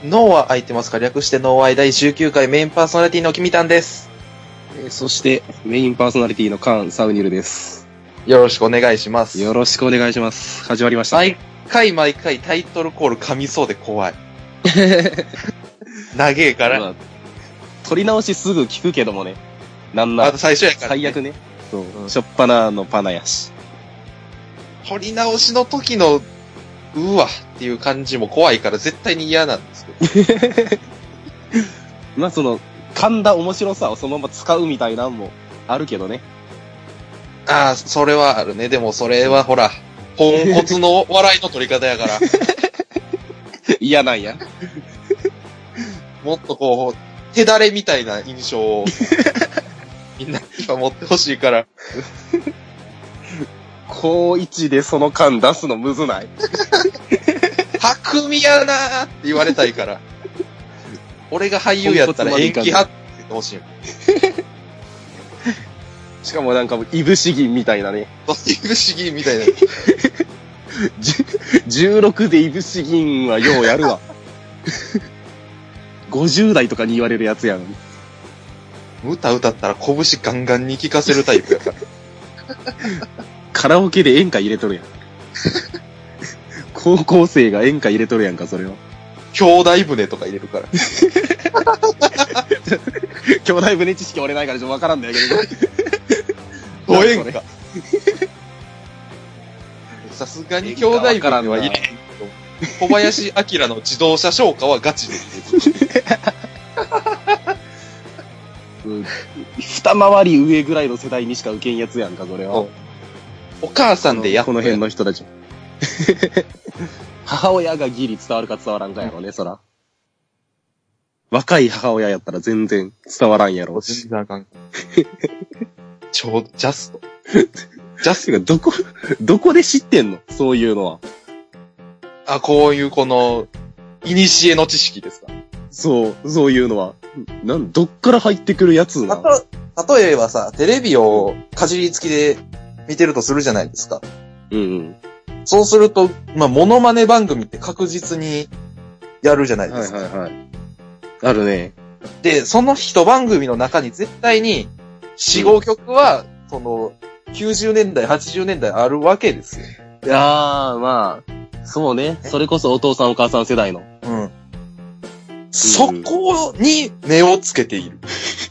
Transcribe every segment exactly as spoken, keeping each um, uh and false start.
脳は空いてますか？略して脳愛だいじゅうきゅうかいメインパーソナリティのキミタンです。 えー、そしてメインパーソナリティのカーン・サウニルです。 よろしくお願いします。 よろしくお願いします。始まりました。 毎回毎回タイトルコール噛みそうで怖い。長えから、まあ。 撮り直しすぐ聞くけどもね。なんなあと最初やから、ね。 最悪ね。そう。うん、しょっぱなのパナやし。 撮り直しの時の、うわっていう感じも怖いから絶対に嫌なんですけど。 まあその、噛んだ面白さをそのまま使うみたいなんもあるけどね。 ああ、それはあるね。でもそれはほら、ポンコツの笑いの取り方やから。 嫌なんや。 もっとこう、手だれみたいな印象を、みんな今持ってほしいから。 高一でその感出すのむずない？ 巧みやなーって言われたいから。俺が俳優やったら演技派って言ってほしい。 しかもなんかもう、いぶし銀みたいなね。 いぶし銀みたいな。 じゅうろくでいぶし銀はようやるわ。ごじゅう代とかに言われるやつやのに。 歌歌ったら拳ガンガンに聴かせるタイプやから。 カラオケで演歌入れとるやん。高校生が演歌入れとるやんか、それは。 兄弟船とか入れるから。 兄弟船知識俺ないからちょっとわからんだけど。ど演歌。さすがに兄弟船は入れんけど、小林明の自動車消火はガチで入れる。 うん、二回り上ぐらいの世代にしか受けんやつやんか、それは。 お母さんでやっこの辺の人たち。母親がギリ伝わるか伝わらんかやろね、そら。若い母親やったら全然伝わらんやろし。 全然あかん。超、ジャスト。 ジャストがどこ、どこで知ってんの？そういうのは。 あ、こういうこの、いにしえの知識ですか？ そう、そういうのは。なん、どっから入ってくるやつな。 た、例えばさ、テレビをかじり付きで見てるとするじゃないですか。 うんうん。 そうすると、まあ、モノマネ番組って確実にやるじゃないですか。 はいはいはい。あるね。 で、その一番組の中に絶対に、よん、ごきょくは、その、きゅうじゅうねんだい、はちじゅうねんだいあるわけですよ。 いやー、まあ、そうね。それこそお父さんお母さん世代の。 うん。そこに目をつけている。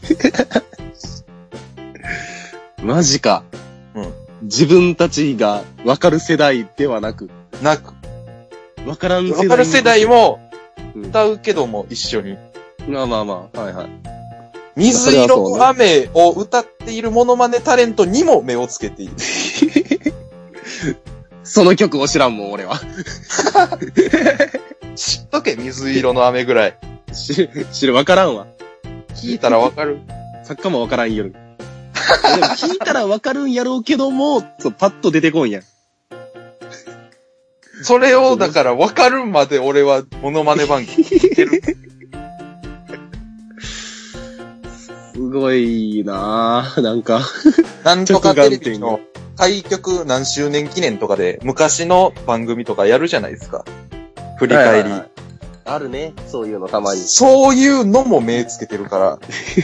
マジか。 うん。 自分たちが分かる世代ではなく。 なく。 分からん世代。 分かる世代も歌うけども一緒に。 まあまあまあ。はいはい。 水色の雨を歌っているモノマネタレントにも目をつけている。 その曲を知らんもん、俺は。 知っとけ、水色の雨ぐらい。 知る、知る、わからんわ。 聞いたらわかる。 作家もわからんよる。でも聞いたらわかるんやろうけども、そう、パッと出てこんやん。 それを、だからわかるまで俺はモノマネ番組聞いてる。 すごいなぁ、なんか。 なんとかテレビの開局何周年記念とかで昔の番組とかやるじゃないですか。振り返り。はいはいはい、 あるね。そういうのたまに。 そういうのも目つけてるから。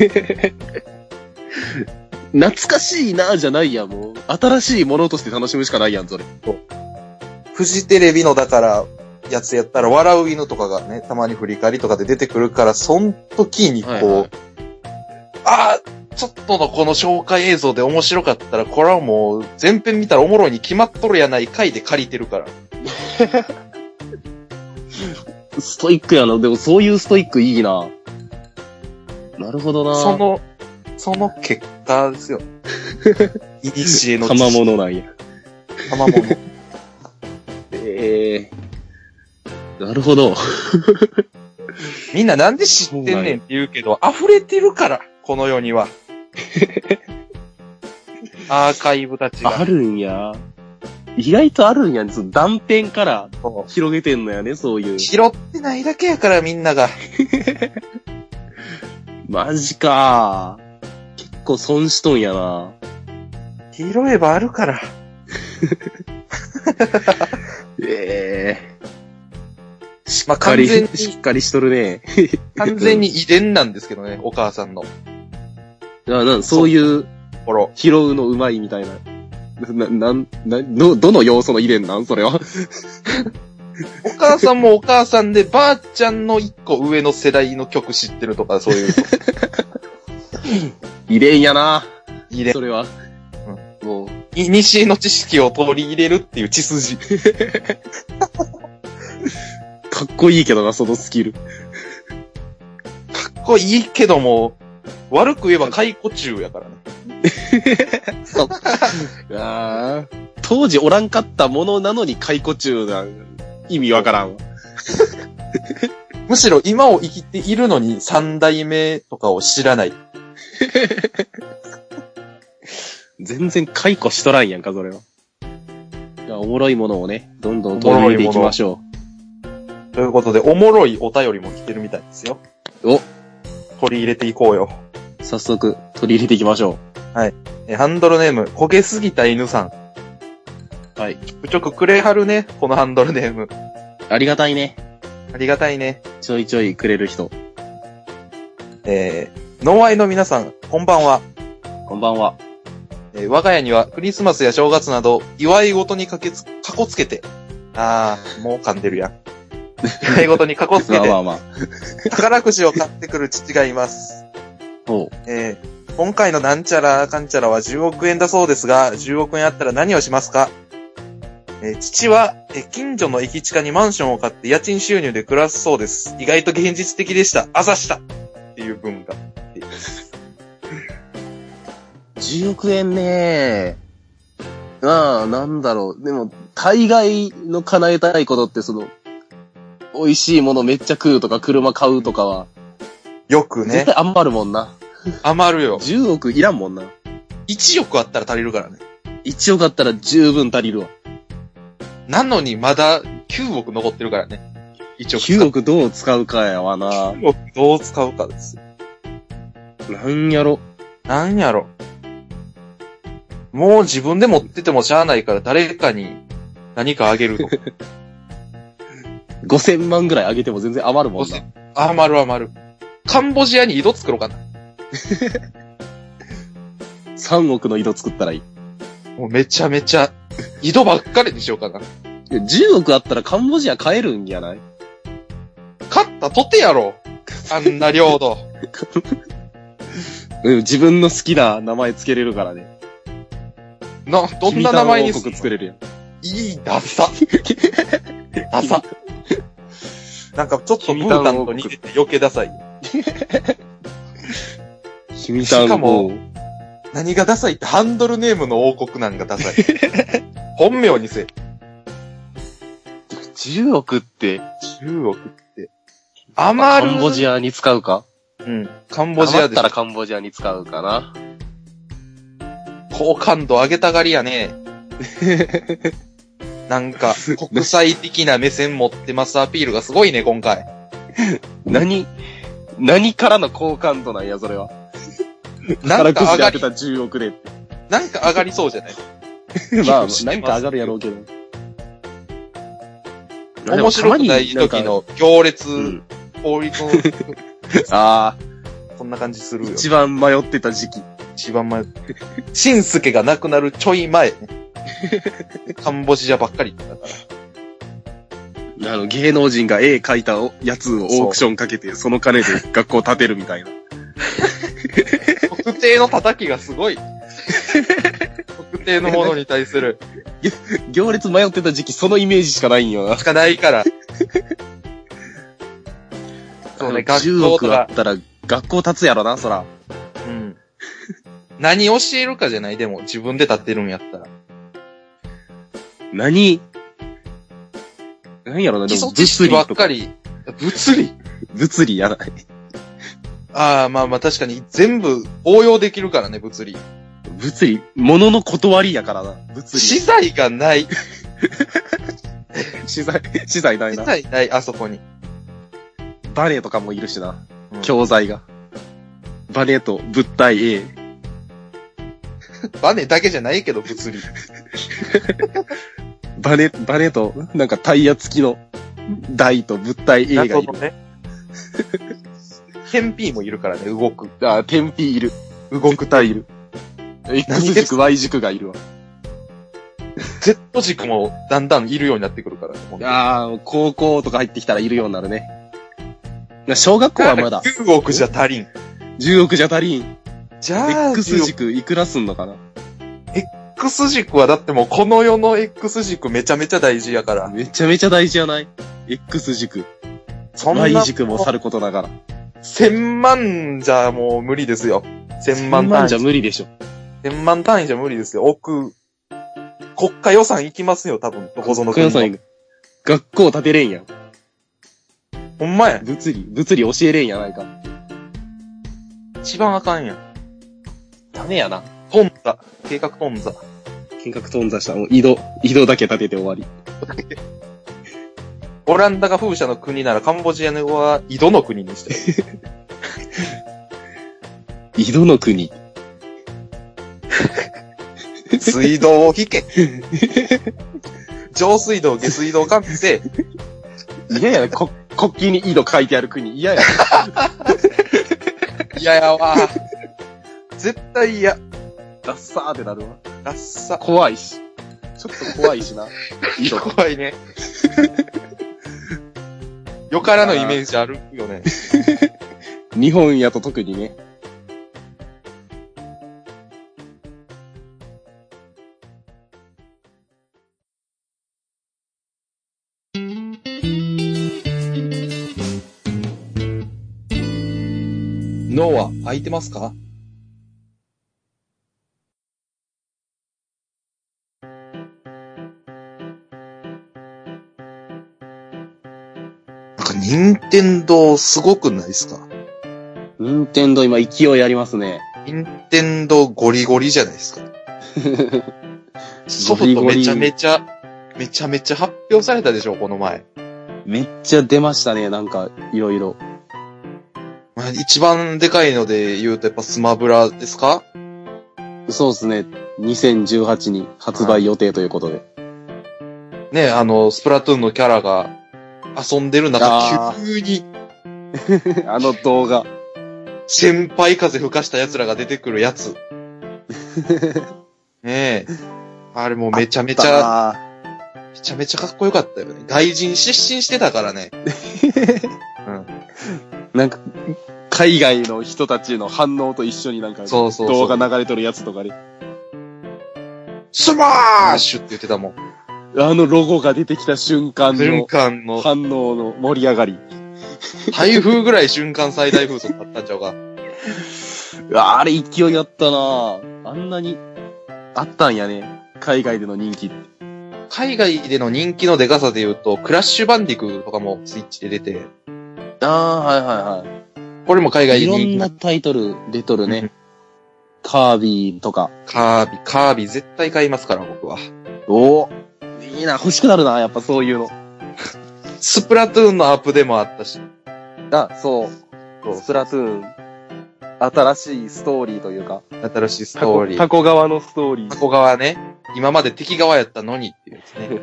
懐かしいなぁじゃないやん、もう。新しいものとして楽しむしかないやん、それ。 フジテレビのだから、やつやったら笑う犬とかがね、たまに振り返りとかで出てくるから、そん時にこう、はいはい、あー、ちょっとのこの紹介映像で面白かったら、これはもう全編見たらおもろいに決まっとるやない回で借りてるから。 ストイックやな。でもそういうストイックいいな。なるほどな。 その、その結果ですよ。いにしえの。 賜物なんや。 賜物。 ええー。なるほど。 みんななんで知ってんねんって言うけど、溢れてるから、この世には。アーカイブたちが。 あるんや。意外とあるんやね。その断片から広げてんのやね、そういう。 拾ってないだけやから、みんなが。 マジか。結構損しとんやな。 拾えばあるから。 ええしっかり、 まあ完全にしっかりしとるね。 完全に遺伝なんですけどね、お母さんの。 な、な、そういう、 ほら。 拾うのうまいみたいな。な、なん、な、ど、どの要素の遺伝なんそれは。 お母さんもお母さんで、ばあちゃんの一個上の世代の曲知ってるとか、そういう。 遺伝やな。 遺伝。 それは。うん、もう。 い、西の知識を取り入れるっていう血筋。 かっこいいけどな、そのスキル。 かっこいいけども、悪く言えば解雇中やからね。 そう。ああ。当時おらんかったものなのに解雇中な、意味わからんわ。 むしろ今を生きているのに三代目とかを知らない。 全然解雇しとらんやんか、それは。いや、おもろいものをね、どんどん取り入れていきましょう。ということで、おもろいお便りも来てるみたいですよ。 お取り入れていこうよ。 早速、取り入れていきましょう。はい。え、ハンドルネーム、焦げすぎた犬さん。 はい。 ちょくちょくくれはるね、このハンドルネーム。 ありがたいね。 ありがたいね。 ちょいちょいくれる人。 えー、ノーアイの皆さん、こんばんは。 こんばんは。 えー、我が家にはクリスマスや正月など、祝い事にかけつ、かこつけて、あー、もう噛んでるやん。祝い事にかこつけて、 まあまあまあ、宝くじを買ってくる父がいます。 おう。 えー、今回のなんちゃらかんちゃらはじゅうおくえんだそうですが、じゅうおくえんあったら何をしますか？えー、父は、えー、近所の駅地下にマンションを買って家賃収入で暮らすそうです。意外と現実的でした。あざしたっていう文が。 じゅうおくえんねー。ああ、なんだろう。でも、大概の叶えたいことってその、美味しいものめっちゃ食うとか車買うとかは、 よくね。 絶対余るもんな。 余るよ。 じゅうおくいらんもんな。 いちおくあったら足りるからね。 いちおくあったら十分足りるわ。 なのにまだきゅうおく残ってるからね。いちおく。 きゅうおくどう使うかやわな。 きゅうおくどう使うかですよ。 なんやろ。 なんやろ。もう自分で持っててもしゃあないから誰かに何かあげると。 ごせんまんぐらいあげても全然余るもんな。 余る余る。カンボジアに井戸作ろうかな。 さんおくの井戸作ったらいい。 もうめちゃめちゃ、井戸ばっかりにしようかな。 いやじゅうおくあったらカンボジア買えるんじゃない？ 勝ったとてやろ。あんな領土。 うん、自分の好きな名前つけれるからね。 な、どんな名前にする？作れるやん。 いい、ダサ。ダサ。なんかちょっとブータンと似てて余計ダサい。 君しかも、何がダサいってハンドルネームの王国なんがダサい。本名にせ。 じゅうおくって、 じゅうおくって。余る。 カンボジアに使うか？ うん。カンボジアで。 余ったらカンボジアに使うかな。 好感度上げたがりやね。なんか、国際的な目線持ってますアピールがすごいね、今回。 何、何からの好感度なんや、それは。 なんか上がり、 たじゅうおくでって。 なんか上がりそうじゃないまあ、なんか上がるやろうけど。 面白くない時の行列、うん、法律の、 ああ。 そんな感じするよ。 一番迷ってた時期。 一番迷って。しんすけが亡くなるちょい前ね。カンボジアばっかりだから。 あの、芸能人が絵描いたやつをオークションかけて、その金で学校建てるみたいな。 特定の叩きがすごい。特定のものに対する。 行列迷ってた時期、そのイメージしかないんよな。 しかないから。そうね、学校とか。じゅうおくあったら、学校建つやろな、そら。 うん。何教えるかじゃない、でも、自分で建てるんやったら。 何何やろな、 でも、物理ばっかり。物理物理やない。 ああ、まあまあ確かに、全部応用できるからね、物理。 物理、物の断りやからな、物理。 資材がない。 資材、資材ないな。 資材ない、あそこに。 バネとかもいるしな。うん、教材が。バネと物体 A。 バネだけじゃないけど、物理。 バネ、バネと、なんかタイヤ付きの大と物体 A がいる。 ね。天 P もいるからね、動く。 あ、天 P いる。動く体いる。X 軸、Y 軸がいるわ。 Z 軸もだんだんいるようになってくるからね。 ああ、高校とか入ってきたらいるようになるね。小学校はまだ。 じゅうおくじゃ足りん。 じゅうおくじゃ足りん。 じゃあ、 X 軸いくらすんのかな？ X 軸はだってもうこの世の X 軸めちゃめちゃ大事やから。 めちゃめちゃ大事じゃない？ X 軸。 そんな。 Y 軸もさることながら。 千万じゃもう無理ですよ。千万単位。千万じゃ無理でしょ。 千万単位じゃ無理ですよ。億。国家予算いきますよ、多分。どこぞの国の。国家予算学校建てれんやん。 ほんまや。 物理、物理教えれんやないか。 一番あかんやん。 ダメやな。 頓挫。計画頓挫。 計画頓挫した。もう井戸、井戸だけ建てて終わり。 オランダが風車の国ならカンボジアのは井戸の国にして。 井戸の国。 水道を引け。上水道、下水道かって。 嫌やな、こ、国旗に井戸書いてある国。嫌や。 嫌やわ。絶対嫌。 ダッサーってなるわ。 ダッサ。 怖いし。ちょっと怖いしな。 井戸怖いね。よからのイメージあるよね。 日本やと特にね。 脳は空いてますか？なんか、任天堂すごくないですか？ 任天堂今勢いありますね。 任天堂ゴリゴリじゃないですか。ソフトめちゃめちゃ、めちゃめちゃ発表されたでしょ、この前。 めっちゃ出ましたね、なんか、いろいろ。 一番でかいので言うとやっぱスマブラですか？ そうですね。にせんじゅうはちに発売予定ということで。 ね、あの、スプラトゥーンのキャラが遊んでる中、急に。 あの動画。 先輩風吹かした奴らが出てくるやつ。ねえ。あれもうめちゃめちゃ、めちゃめちゃかっこよかったよね。外人出身してたからね。 うん、なんか、海外の人たちの反応と一緒になんか、 そうそうそう動画流れとるやつとかで。 スマッシュって言ってたもん。 あのロゴが出てきた瞬間の、 瞬間の反応の盛り上がり。 台風ぐらい瞬間最大風速あったんちゃうか。 あれ勢いあったなぁ。あんなに、あったんやね。海外での人気って。 海外での人気のデカさで言うと、クラッシュバンディクとかもスイッチで出て。 ああ、はいはいはい。 これも海外で人気。 いろんなタイトル出とるね。うん、カービィとか。 カービィ、カービィ絶対買いますから、僕は。 おぉ。いいな、欲しくなるな、やっぱそういうの。 スプラトゥーンのアップでもあったし。 あ、そう。そうスプラトゥーン。新しいストーリーというか。 新しいストーリー。 タコ側のストーリー。 タコ側ね。今まで敵側やったのにっていうですね。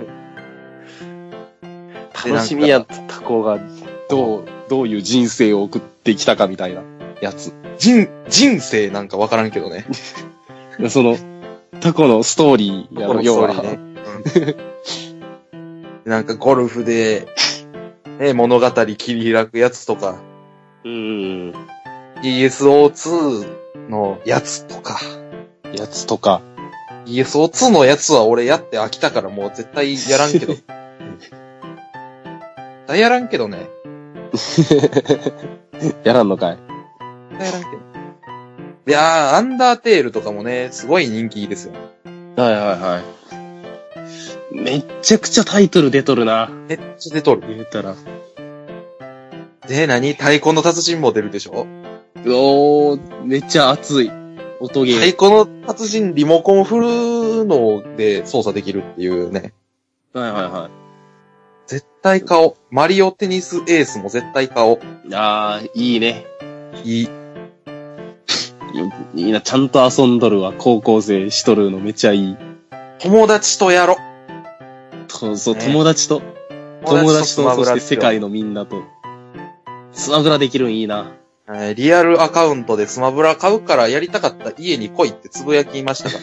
楽しみやった、タコがどう、どういう人生を送ってきたかみたいなやつ。 人、人生なんかわからんけどね。 その、タコのストーリーやのような。ねうん、なんかゴルフで、ね、物語切り開くやつとか。 うん。 イーエスオーツー のやつとか。 やつとか。 イーエスオーツー のやつは俺やって飽きたからもう絶対やらんけど。絶対やらんけどね。 やらんのかい。 絶対やらんけど。いやー、アンダーテールとかもね、すごい人気いいですよ。 はいはいはい。めっちゃくちゃタイトル出とるな。 めっちゃ出とる。 言うたら。 で、何太鼓の達人も出るでしょ？ おー、めっちゃ熱い。音ゲー。 太鼓の達人リモコン振るので操作できるっていうね。 はいはいはい。 絶対買おう。マリオテニスエースも絶対買おう。 あー、いいね。 いい。 いいな、ちゃんと遊んどるわ。高校生しとるのめっちゃいい。 友達とやろ。 そうそう、ね、友達と。 友達と、そして世界のみんなと。スマブラできるんいいな。 えーリアルアカウントでスマブラ買うからやりたかった家に来いってつぶやきましたから。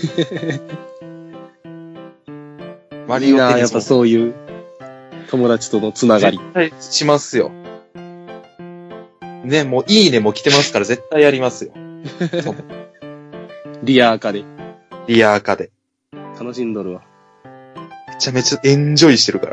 マリオテニスもいいな、やっぱそういう友達とのつながり。 絶対しますよ。ね、もういいねも来てますから絶対やりますよ。 リアーカで。 リアーカで。 楽しんどるわ。 めちゃめちゃエンジョイしてるから。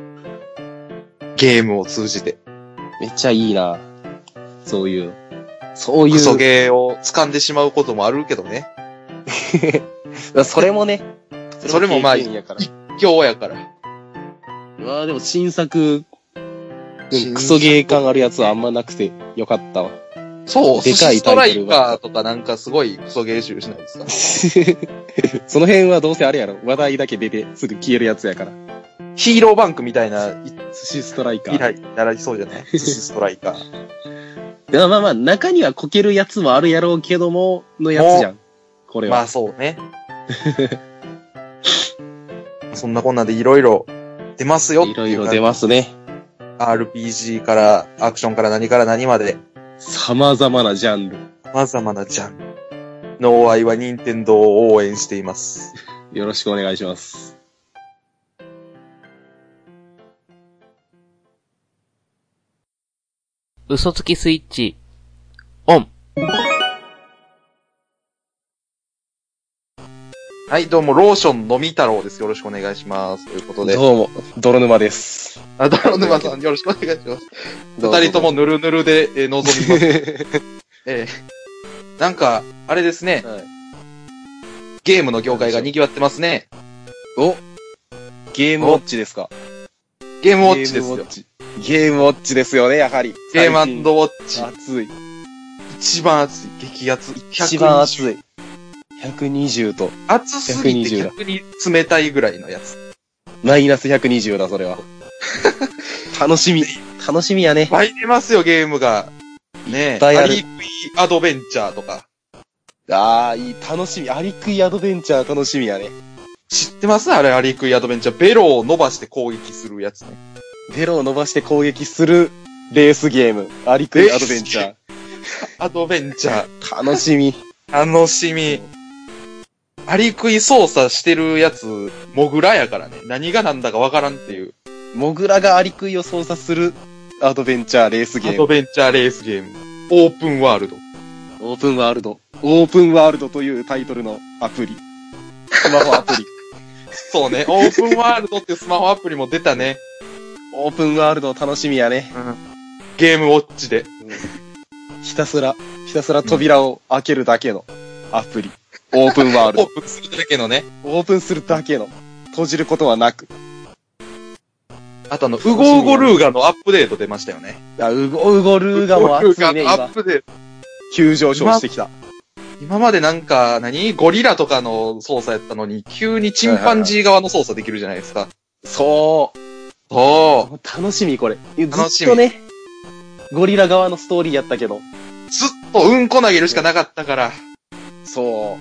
ゲームを通じて。 めっちゃいいな。そういう。そういう。 クソゲーを掴んでしまうこともあるけどね。 それもね。 それもまあ、 経験やから一興やから。 まあでも新作、うんクソゲー感あるやつはあんまなくてよかったわ。 そう、 でかいストライタイトルがカーとかなんかすごいクソゲー集しないですか？ その辺はどうせあれやろ。話題だけ出てすぐ消えるやつやから。 ヒーローバンクみたいな、 寿司ストライカー。 以来、習いそうじゃない？寿司ストライカー。 でもまあまあ、中にはこけるやつもあるやろうけども、のやつじゃん。これは。 まあそうね。そんなこんなんでいろいろ出ますよっていう感じ。 いろいろ出ますね。 アールピージー からアクションから何から何まで様々なジャンル。 様々なジャンル。ノーアイは任天堂を応援しています。 よろしくお願いします。 嘘つきスイッチ、オン。 はい、どうも、ローションのみ太郎です。よろしくお願いします。ということで。 どうも、泥沼です。 あ、泥沼さん、よろしくお願いします。 どうぞ二人ともぬるぬるで、えー、臨みます。えー、なんか、あれですね。 はい、 ゲームの業界が賑わってますね。 おゲームウォッチですか？ ゲームウォッチですよ。 ゲームウォッチですよね、やはり。 ゲームウォッチ。 熱い。 一番熱い。激熱。 一番熱い。ひゃくにじゅうと。 熱すぎて逆に冷たいぐらいのやつ。 マイナスひゃくにじゅうだ、それは。楽しみ。楽しみやね。いっぱい出ますよ、ゲームが。ねえ。アリクイアドベンチャーとか。 ああ、いい。楽しみ。アリクイアドベンチャー楽しみやね。 知ってますあれ、アリクイアドベンチャー。ベロを伸ばして攻撃するやつね。 ベロを伸ばして攻撃するレースゲーム。アリクイアドベンチャー。 アドベンチャー。楽しみ。 楽しみ。アリクイ操作してるやつ、モグラやからね。何がなんだかわからんっていう。 モグラがアリクイを操作するアドベンチャーレースゲーム。 アドベンチャーレースゲーム。オープンワールド。 オープンワールド。オープンワールドというタイトルのアプリ。スマホアプリ。 そうね。オープンワールドっていうスマホアプリも出たね。 オープンワールド楽しみやね。 うん、ゲームウォッチで、 うん。ひたすら、ひたすら扉を開けるだけのアプリ。オープンワールド。 オープンするだけのね。 オープンするだけの。閉じることはなく。 あとあの、ウゴウゴルーガのアップデート出ましたよね。 あ、ウゴウゴルーガも熱いね。ウゴルーガのアップデート。 急上昇してきた。 今までなんか何、ゴリラとかの操作やったのに、急にチンパンジー側の操作できるじゃないですか。 そう。 そう。 楽しみ、これ。ずっとね、ゴリラ側のストーリーやったけど。 ずっとうんこ投げるしかなかったから。 そう。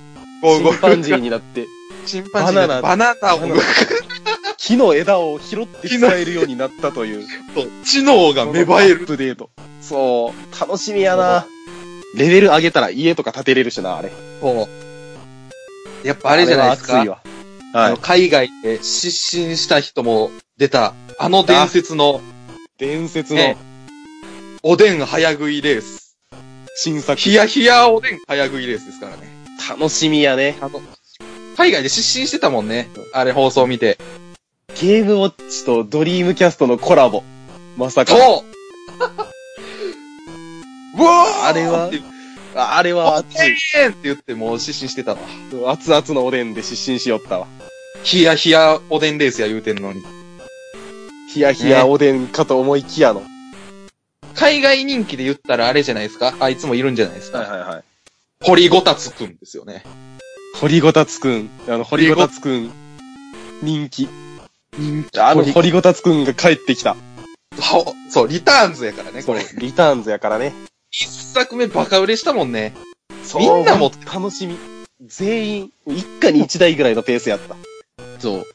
チンパンジーになって。 チンパンジーになって。バナナを。 木の枝を拾って使えるようになったという。 そう。知能が芽生える。 アップデート。そう。楽しみやな。レベル上げたら家とか建てれるしな、あれ。 そう。やっぱあれじゃないですか。 熱いわ。はい。 海外で失神した人も出た、あの伝説の、 伝説の、 ね、おでん早食いレース。 新作。 ヒヤヒヤおでん早食いレースですからね。 楽しみやね。 あの、海外で失神してたもんね。あれ放送見て。 ゲームウォッチとドリームキャストのコラボ。まさか。 そううわーあれは、あれは熱い。 おでんって言ってもう失神してたわ。 熱々のおでんで失神しよったわ。 ヒヤヒヤおでんレースや言うてんのに。 ヒヤヒヤおでんかと思いきやの。 海外人気で言ったらあれじゃないですか。あいつもいるんじゃないですか。 はいはいはい。 堀ごたつくんですよね。 堀ごたつくん。あの、堀ごたつくん。人気。人気。あの、堀ごたつくんが帰ってきた。 そう、そう、リターンズやからね、これ。 リターンズやからね。 一作目バカ売れしたもんね。 そう。 みんなも楽しみ。全員、一家に一台ぐらいのペースやった。 そう。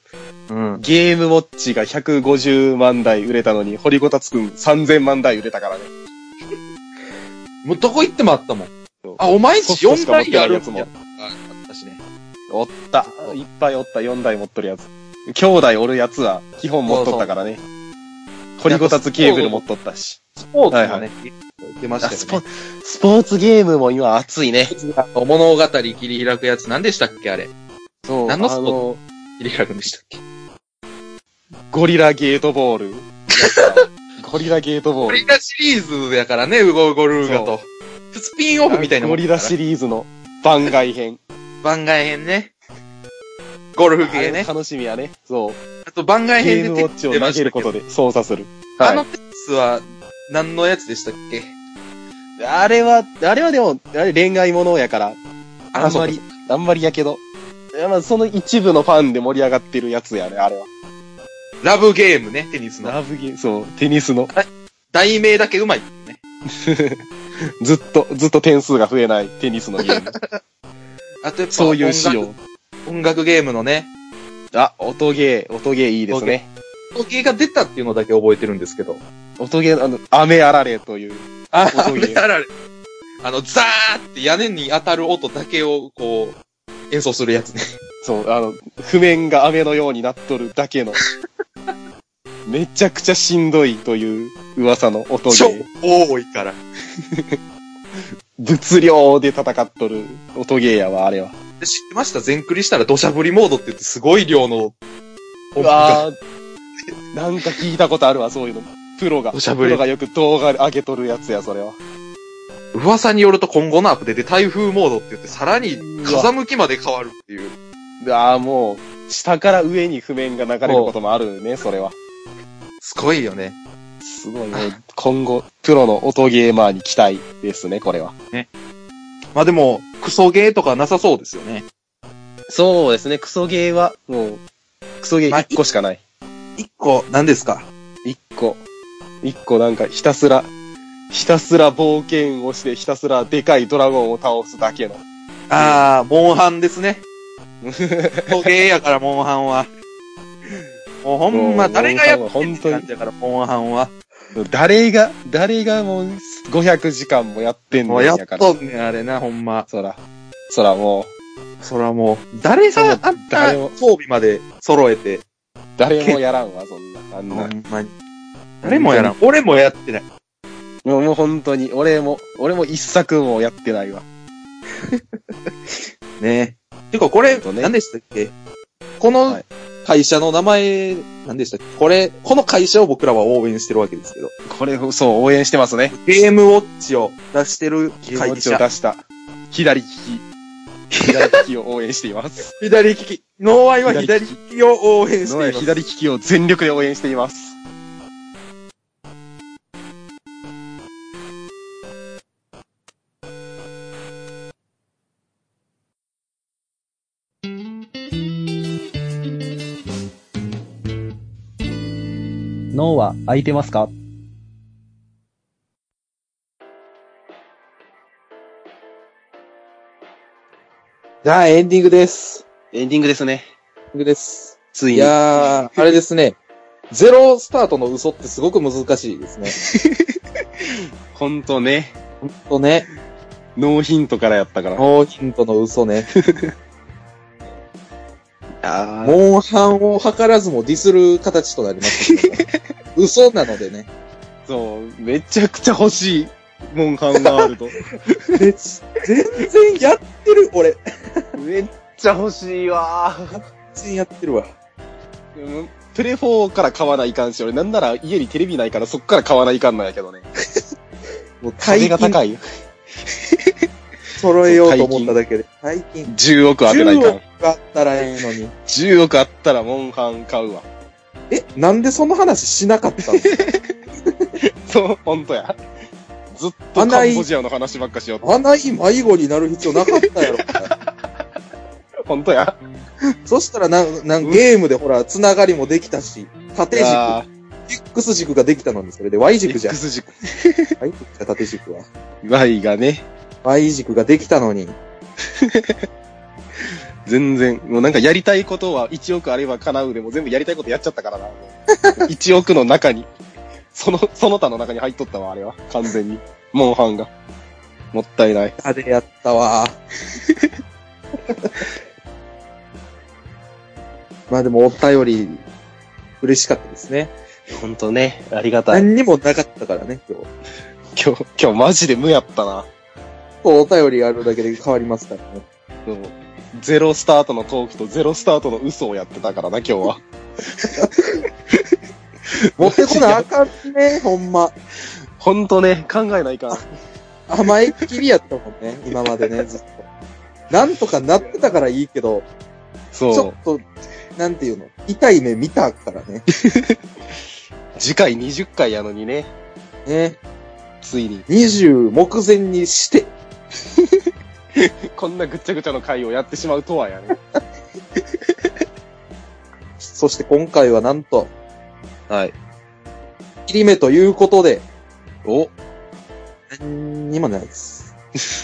うん。 ゲームウォッチがひゃくごじゅうまんだい売れたのに、堀こたつくんさんぜんまんだい売れたからね。 もうどこ行ってもあったもん。 そうあ、お前んちよんだいあるやつも。 あったしね。 おった。いっぱいおった。よんだい持っとるやつ。兄弟おるやつは基本持っとったからね。堀こたつケーブル持っとったし。 スポーツもね、 はいはい出ましたスポよね。 スポーツゲームも今熱いね。 物語切り開くやつ何でしたっけあれ。 そう。 何のスポーツあの、 切り開くんでしたっけゴリラゲートボール。ゴリラゲートボール。 ゴリラシリーズやからね、ウゴウゴルーガと。スピンオフみたいなもんだから。 ゴリラシリーズの番外編。 番外編ね。ゴルフあれ系ね。 楽しみやね。そう。 あと番外ゲ編でームウォッチを投げることで操作する。 あのテニスは何のやつでしたっけあれは、あれはでも、あれ恋愛ものやから、あんまり、あんまりやけど。いやまあその一部のファンで盛り上がってるやつやね、あれは。 ラブゲームね、テニスの。 ラブゲーム、そう、テニスの。 題名だけうまいね。 ずっと、ずっと点数が増えないテニスのゲーム。 あとやっぱそういう仕様。 音楽ゲームのね。 あ、音ゲー、音ゲーいいですね。 音ゲーが出たっていうのだけ覚えてるんですけど。 音ゲー、あの、雨あられという。 あ、 音ゲーあられ。あの、ザーって屋根に当たる音だけを、こう、演奏するやつね。 そう、あの、譜面が雨のようになっとるだけの。めちゃくちゃしんどいという噂の音ゲ超ー。 多いから。 物量で戦っとる音ゲーやわ、あれは。 知ってました？全クリしたら土砂降りモードって言ってすごい量の音うわーなんか聞いたことあるわ、そういうの。プロが。 土砂降りプロがよく動画上げとるやつや、それは。 噂によると今後のアップデートで台風モードって言ってさらに風向きまで変わるっていう。 ああ、もう、下から上に譜面が流れることもあるね、それは。 すごいよね。 すごいね。今後、プロの音ゲーマーに期待ですね、これは。 まあでも、クソゲーとかなさそうですよね。 そうですね、クソゲーは、もう、クソゲーいっこしかない。 一個、何ですか？ いっこ。いっこなんかひたすら、ひたすら冒険をしてひたすらでかいドラゴンを倒すだけの。 あー、モンハンですね。クソゲーやから、モンハンは。もうほんま、誰がやってんって感じだから、モンハンは。 誰が、誰がもうごひゃくじかんもやってんもうやっのやから。 とんねん、あれな、ほんま。 そら、そらもう、 そらもう、誰があんた誰も装備まで揃えて、 誰もやらんわ、そんな。あんほな。 んまに。誰もやらん。俺もやってない。 もうもう本当に、俺も、俺も一作もやってないわ。 ねえ。てか、これ、 ほんとね何でしたっけこのはい会社の名前、何でしたっけこれ、この会社を僕らは応援してるわけですけど。 これ、そう、応援してますね。 ゲームウォッチを出してるゲームウォッチを会社。 出した、左利き、左利きを応援しています。 左利き。ノーアイは左利きを応援しています。 左利きを全力で応援しています。脳は空いてますか？ じゃあ、エンディングです。 エンディングですね。 エンディングです。 ついに。 いやー、あれですね。ゼロスタートの嘘ってすごく難しいですね。 ほんとね。 ほんとね。 ノーヒントからやったから。 ノーヒントの嘘ね。 あーモンハンを図らずもディスる形となりますけど、嘘なのでね。 そう、めちゃくちゃ欲しい。モンハンワールド。 全然やってる、俺。 めっちゃ欲しいわ全然やってるわ。 うんプレフォーから買わないかんし、俺なんなら家にテレビないからそっから買わないかんなんやけどね。 もう壁が高い。 いよ。 揃えようと思っただけで。大金。 じゅうおく当てないかじゅうおん。 くあったらええのに。 じゅうおくあったらモンハン買うわ。 え、なんでその話しなかったのそう、ほんとや。ずっとカンボジアの話ばっかしようと。 あない迷子になる必要なかったやろ。 ほんとや。 そしたらな、なんゲームでほら、つながりもできたし、縦軸、 あ X 軸ができたのに、それで Y ー軸じゃん。 X 軸。 Y 軸じゃ縦軸は。 Y がね、 Y 軸ができたのに。 全然。もうなんかやりたいことはいちおくあれば叶うでも全部やりたいことやっちゃったからな。いちおくの中に、その、その他の中に入っとったわ、あれは。完全に。モンハンが。もったいない。 あれやったわ。まあでもお便り、嬉しかったですね。 ほんとね、ありがたい。 何にもなかったからね、今日。 今日、今日マジで無やったな。 お便りがあるだけで変わりますからね。 うん、ゼロスタートのトークとゼロスタートの嘘をやってたからな、今日は。 持ってこなあかんね、ほんま。 ほんとね、考えないか。 甘えっきりやったもんね、今までね、ずっと。なんとかなってたからいいけど、 そう。 ちょっと、なんていうの、痛い目見たからね。 次回にじゅっかいやのにね。 ね。 ついに。 にじゅう目前にして。 こんなぐっちゃぐちゃの回をやってしまうとはやね。 そして今回はなんと、 はい。 切り目ということで、 お何にもないです。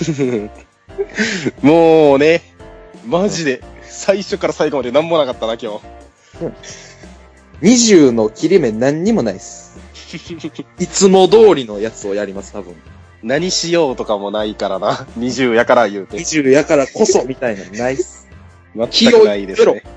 もうね、マジで、最初から最後まで何もなかったな、今日。 にじゅうの切り目何にもないです。いつも通りのやつをやります、多分。 何しようとかもないからな。にじゅうやから言うて。 にじゅうやからこそみたいなのないっす。 全くないですね。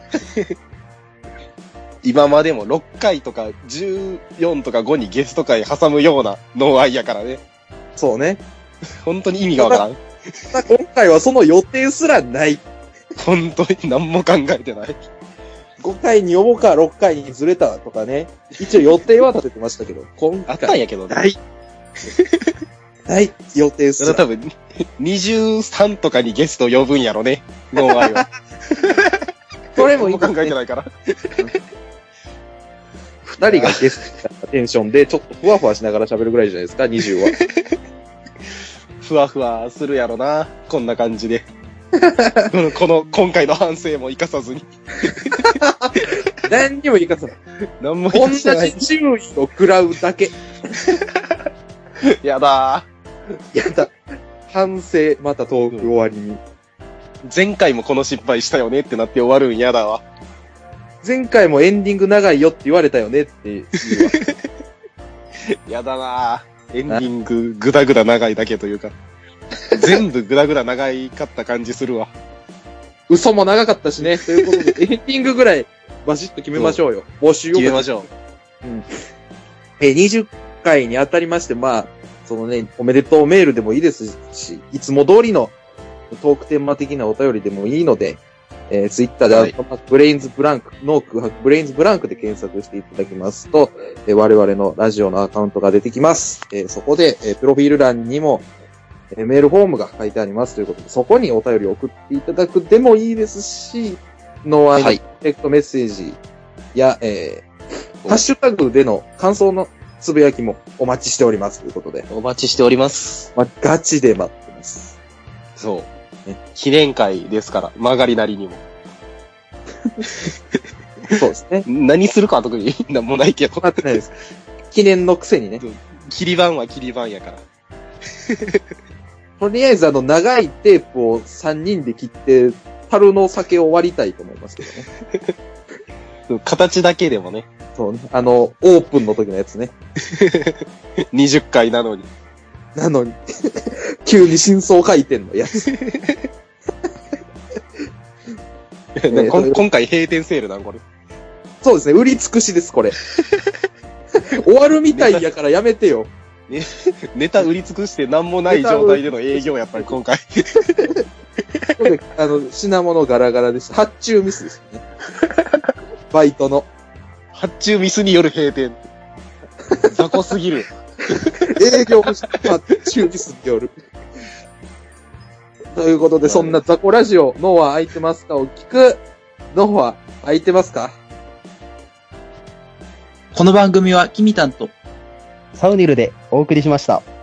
今までもろっかいとかじゅうよんとかごにゲスト会挟むようなノーアイやからね。 そうね。 本当に意味がわからん。 今回はその予定すらない。 本当に何も考えてない。 ごかいに呼ぼうかろっかいにずれたとかね。一応予定は立ててましたけど、今回あったんやけどね。 ない。ない予定すら。 多分、にじゅうさんとかにゲスト呼ぶんやろね。ノーアイは。 それもいい、 考えてないから。 二人がゲストだったテンションで、ちょっとふわふわしながら喋るぐらいじゃないですか、にじゅうは。 ふわふわするやろな。こんな感じで。この、この、今回の反省も生かさずに。 何にも生かさない。 何も生同かさない。 じ注意を食らうだけ。 やだやだ。反省、またトーク終わりに。 前回もこの失敗したよねってなって終わるんやだわ。 前回もエンディング長いよって言われたよねって言うわ。 やだなエンディングぐだぐだ長いだけというか。全部ぐだぐだ長いかった感じするわ。 嘘も長かったしね。ということで、エンディングぐらいバシッと決めましょうよ。募集を。 決めましょう。うん。え、にじゅっかいにあたりまして、まあ、そのね、おめでとうメールでもいいですし、いつも通りのトークテーマ的なお便りでもいいので、えー、ツイッターで、はい、ブレインズブランク、ノー空白ブレインズブランクで検索していただきますと、えー、我々のラジオのアカウントが出てきます。えー、そこで、えー、プロフィール欄にも、えー、メールフォームが書いてありますということで、そこにお便りを送っていただくでもいいですし、ノーアイのダイレクトメッセージや、えー、ハッシュタグでの感想のつぶやきもお待ちしておりますということで。 お待ちしております。 まあ、ガチで待ってます。 そう。ね、記念会ですから、曲がりなりにも。 そうですね。 何するかは特になんもないけど。 待ってないです。記念のくせにね。 切り板は切り板やから。 とりあえずあの長いテープをさんにんで切って、樽の酒を割りたいと思いますけどね。 形だけでもね。 そうね。あの、オープンの時のやつね。 にじゅっかいなのに。 なのに、急に真相回転のやつ。 えー、こ今回閉店セールなんこれ。 そうですね。売り尽くしです、これ。終わるみたいやからやめてよ。 ね、ネタ売り尽くして何もない状態での営業やっぱり今回。 あの、品物ガラガラでした。発注ミスですよね。バイトの。 発注ミスによる閉店。雑魚すぎる。 営業の発注ミスによる。ということで、そんな雑魚ラジオ、脳は空いてますかを聞く、脳は空いてますか？ この番組はキミタンとサウニルでお送りしました。